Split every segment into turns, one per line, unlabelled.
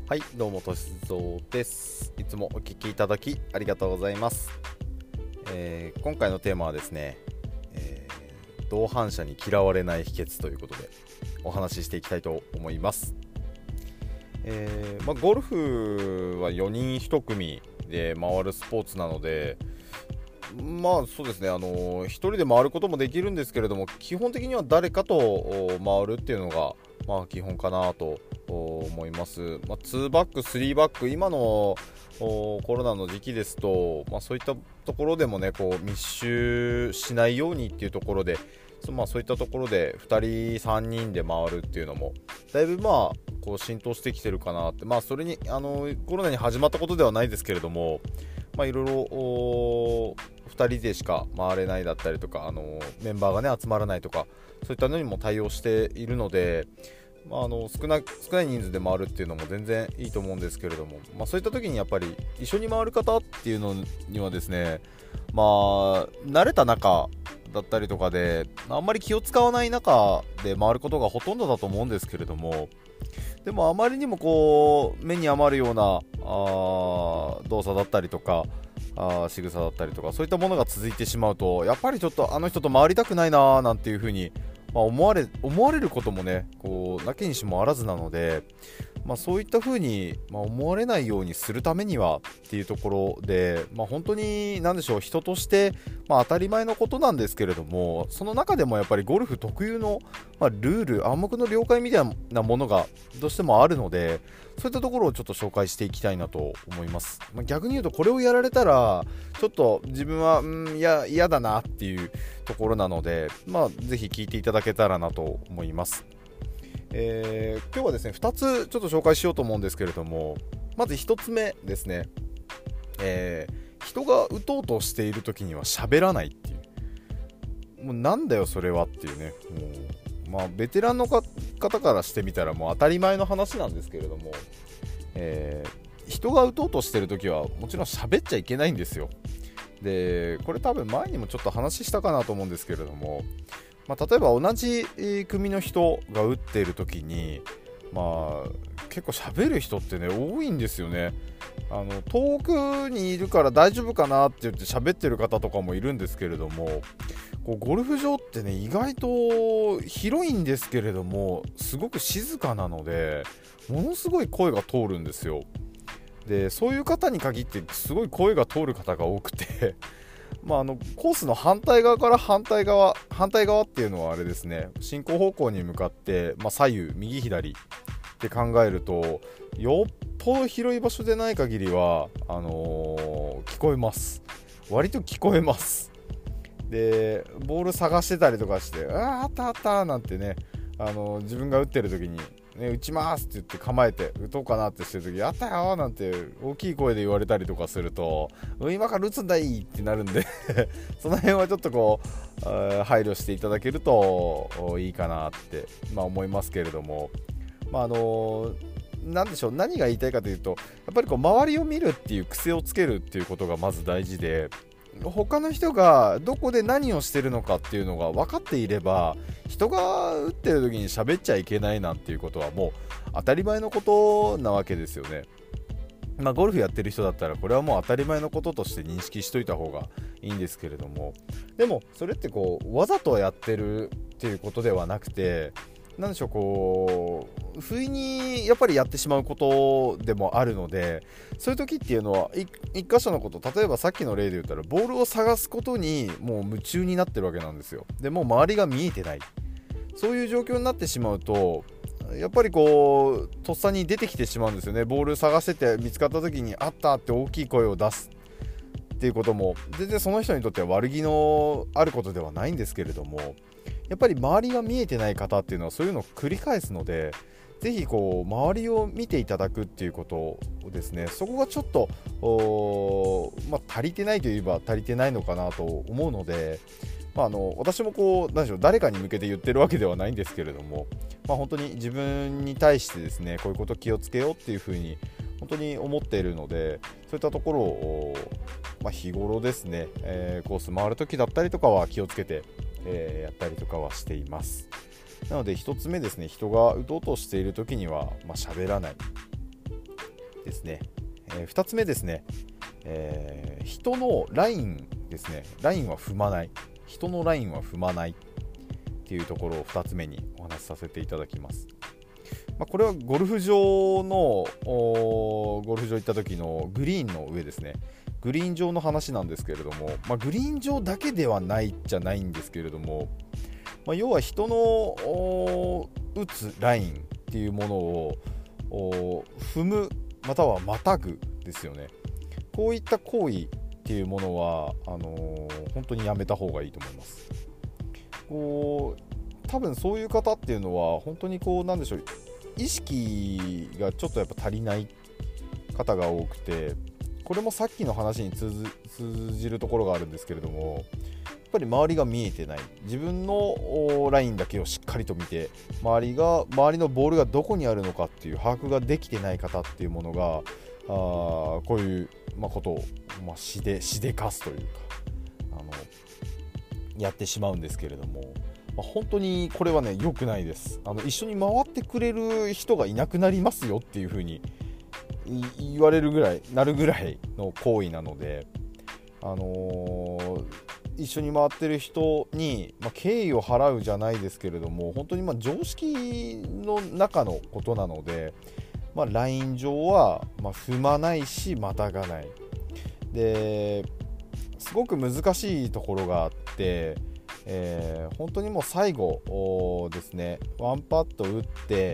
はい、どうもとしぞうです。いつもお聞きいただきありがとうございます。今回のテーマはですね、同伴者に嫌われない秘訣ということでお話ししていきたいと思います。ゴルフは4人1組で回るスポーツなので、そうですね、1人で回ることもできるんですけれども、基本的には誰かと回るっていうのが、基本かなと思います。2バック、3バック、今のコロナの時期ですと、そういったところでもね、密集しないようにっていうところで、そういったところで2人3人で回るっていうのもだいぶ浸透してきてるかなって、それにコロナに始まったことではないですけれども、いろいろ2人でしか回れないだったりとか、メンバーがね集まらないとか、そういったのにも対応しているので、少ない人数で回るっていうのも全然いいと思うんですけれども、そういった時にやっぱり一緒に回る方っていうのにはですね、慣れた中だったりとかであんまり気を使わない中で回ることがほとんどだと思うんですけれども、でもあまりにも目に余るような動作だったりとか仕草だったりとか、そういったものが続いてしまうと、やっぱりちょっとあの人と回りたくないななんていう風に思われることもねなきにしもあらずなので、そういった風に思われないようにするためにはっていうところで、本当に何でしょう、人として、当たり前のことなんですけれども、その中でもやっぱりゴルフ特有の、ルール、暗黙の了解みたいなものがどうしてもあるので、そういったところをちょっと紹介していきたいなと思います。逆に言うと、これをやられたらちょっと自分は嫌だなっていうところなので、ぜひ聞いていただけたらなと思います。今日はですね2つちょっと紹介しようと思うんですけれども、まず1つ目ですね、人が打とうとしている時には喋らないっていう、もうなんだよそれはっていうね、もうベテランの方からしてみたらもう当たり前の話なんですけれども、人が打とうとしている時はもちろん喋っちゃいけないんですよ。でこれ多分前にもちょっと話したかなと思うんですけれども、例えば同じ組の人が打っている時に、結構喋る人ってね多いんですよね。遠くにいるから大丈夫かなって言って喋ってる方とかもいるんですけれども、ゴルフ場ってね意外と広いんですけれどもすごく静かなので、ものすごい声が通るんですよ。でそういう方に限ってすごい声が通る方が多くてコースの反対側から反対側っていうのはあれですね、進行方向に向かって、左右右左って考えると、よっぽど広い場所でない限りは聞こえます。割と聞こえます。でボール探してたりとかして、あったあったなんてね、自分が打ってる時に打ちますって言って構えて打とうかなってしてる時、あったよなんて大きい声で言われたりとかすると、今から打つんだいってなるんでその辺はちょっと配慮していただけるといいかなって、思いますけれども、なんでしょう、何が言いたいかというと、やっぱり周りを見るっていう癖をつけるっていうことがまず大事で、他の人がどこで何をしてるのかっていうのが分かっていれば、人が打ってる時に喋っちゃいけないなんていうことはもう当たり前のことなわけですよね。ゴルフやってる人だったらこれはもう当たり前のこととして認識しといた方がいいんですけれども、でもそれってわざとやってるっていうことではなくて、なんでしょう、不意にやっぱりやってしまうことでもあるので、そういう時っていうのは一箇所のこと、例えばさっきの例で言ったらボールを探すことにもう夢中になってるわけなんですよ。でもう周りが見えてない、そういう状況になってしまうと、やっぱりとっさに出てきてしまうんですよね。ボール探してて見つかった時にあったって大きい声を出すっていうことも全然その人にとっては悪気のあることではないんですけれども、やっぱり周りが見えてない方っていうのはそういうのを繰り返すので、ぜひ周りを見ていただくっていうことをですね、そこがちょっと足りてないといえば足りてないのかなと思うので、私も何でしょう、誰かに向けて言ってるわけではないんですけれども、本当に自分に対してですね、こういうこと気をつけようっていうふうに本当に思っているので、そういったところを、日頃ですね、コース回るときだったりとかは気をつけて、やったりとかはしています。なので1つ目ですね、人が打とうとしているときには喋らない。 ですね、2つ目ですね、人のラインですね。ラインは踏まない、人のラインは踏まないっていうところを2つ目にお話しさせていただきます。これはゴルフ場行った時のグリーンの上ですね。グリーン上の話なんですけれども、グリーン上だけではないじゃないんですけれども、要は人の打つラインっていうものを踏むまたはまたぐですよね。こういった行為っていうものは本当にやめた方がいいと思います。多分そういう方っていうのは本当になんでしょう、意識がちょっとやっぱ足りない方が多くて、これもさっきの話に通じるところがあるんですけれども、やっぱり周りが見えてない、自分のラインだけをしっかりと見て、周りのボールがどこにあるのかっていう把握ができてない方っていうものがこういう、ことを、しでかすというかやってしまうんですけれども、本当にこれはね良くないです。一緒に回ってくれる人がいなくなりますよっていう風に言われるぐらいなるぐらいの行為なので、一緒に回ってる人に、敬意を払うじゃないですけれども、本当に常識の中のことなので、ライン上は、踏まないしまたがないですごく難しいところがあって、本当にもう最後ですね、ワンパット打って、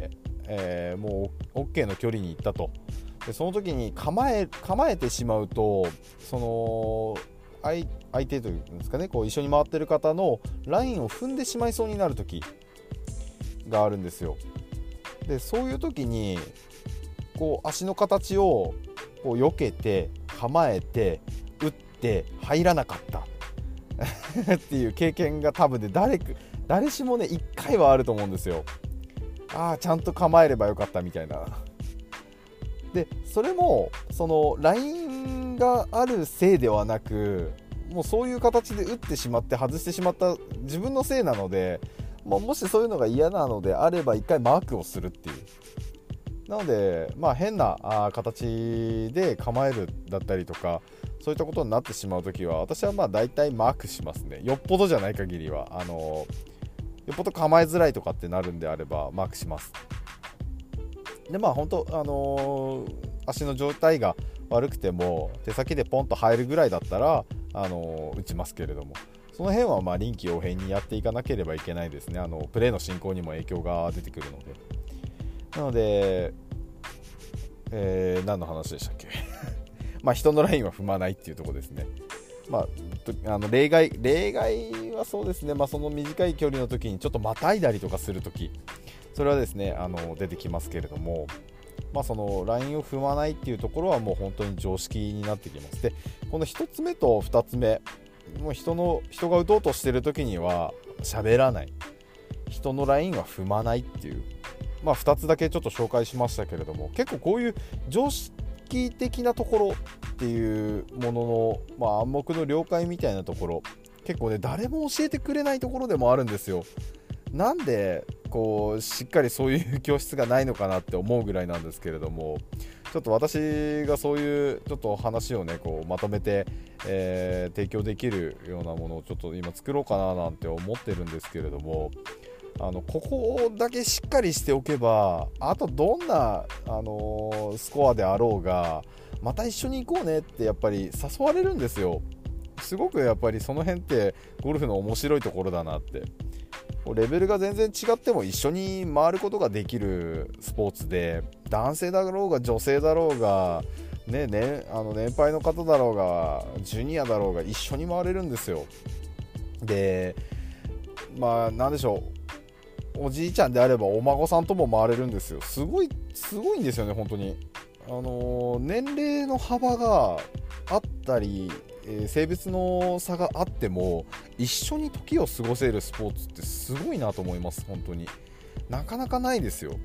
もう OK の距離に行ったと。でその時に構えてしまうと、その相手というんですかね、一緒に回ってる方のラインを踏んでしまいそうになる時があるんですよ。でそういう時に足の形を避けて構えて打って入らなかったっていう経験が多分ね誰しもね1回はあると思うんですよ。ちゃんと構えればよかったみたいな。でそれもそのラインがあるせいではなく、もうそういう形で打ってしまって外してしまった自分のせいなので、もしそういうのが嫌なのであれば1回マークをするっていう。なので変な形で構えるだったりとか、そういったことになってしまうときは私は大体マークしますね。よっぽどじゃない限りはよっぽど構えづらいとかってなるんであればマークします。で本当足の状態が悪くても手先でポンと入るぐらいだったら打ちますけれども、その辺は臨機応変にやっていかなければいけないですね。プレーの進行にも影響が出てくるので。なので、何の話でしたっけ人のラインは踏まないっていうところですね。例外はそうですね、その短い距離の時にちょっとまたいだりとかする時、それはですね出てきますけれども、そのラインを踏まないっていうところはもう本当に常識になってきます。でこの1つ目と2つ目、もう人が打とうとしてる時には喋らない、人のラインは踏まないっていう、2つだけちょっと紹介しましたけれども、結構こういう常識的なところっていうものの、暗黙の了解みたいなところ、結構ね誰も教えてくれないところでもあるんですよ。なんでしっかりそういう教室がないのかなって思うぐらいなんですけれども、ちょっと私がそういうちょっと話をねまとめて、提供できるようなものをちょっと今作ろうかななんて思ってるんですけれども、ここだけしっかりしておけば、あとどんな、スコアであろうがまた一緒に行こうねってやっぱり誘われるんですよ。すごくやっぱりその辺ってゴルフの面白いところだなって。レベルが全然違っても一緒に回ることができるスポーツで、男性だろうが女性だろうが、年配の方だろうがジュニアだろうが一緒に回れるんですよ。でなんでしょう、おじいちゃんであればお孫さんとも回れるんですよ。すごいんですよね本当に。年齢の幅があったり、性別の差があっても一緒に時を過ごせるスポーツってすごいなと思います。本当になかなかないですよ。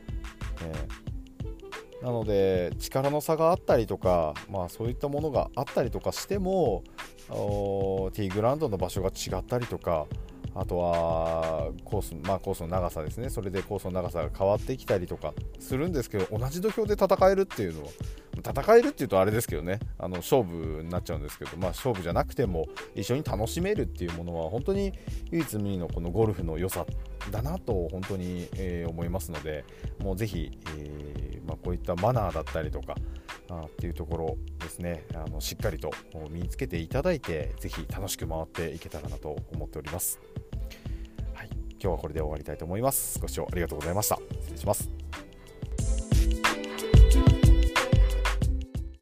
なので力の差があったりとか、そういったものがあったりとかしても、ティーグラウンドの場所が違ったりとか、 あとはコースの長さですね。それでコースの長さが変わってきたりとかするんですけど、同じ土俵で戦えるっていうのは、戦えるっていうとあれですけどね、勝負になっちゃうんですけど、勝負じゃなくても一緒に楽しめるっていうものは本当に唯一無二のこのゴルフの良さだなと本当に、思いますので、もうぜひ、こういったマナーだったりとかっていうところですね、しっかりと身につけていただいて、ぜひ楽しく回っていけたらなと思っております。はい、今日はこれで終わりたいと思います。ご視聴ありがとうございました。失礼します。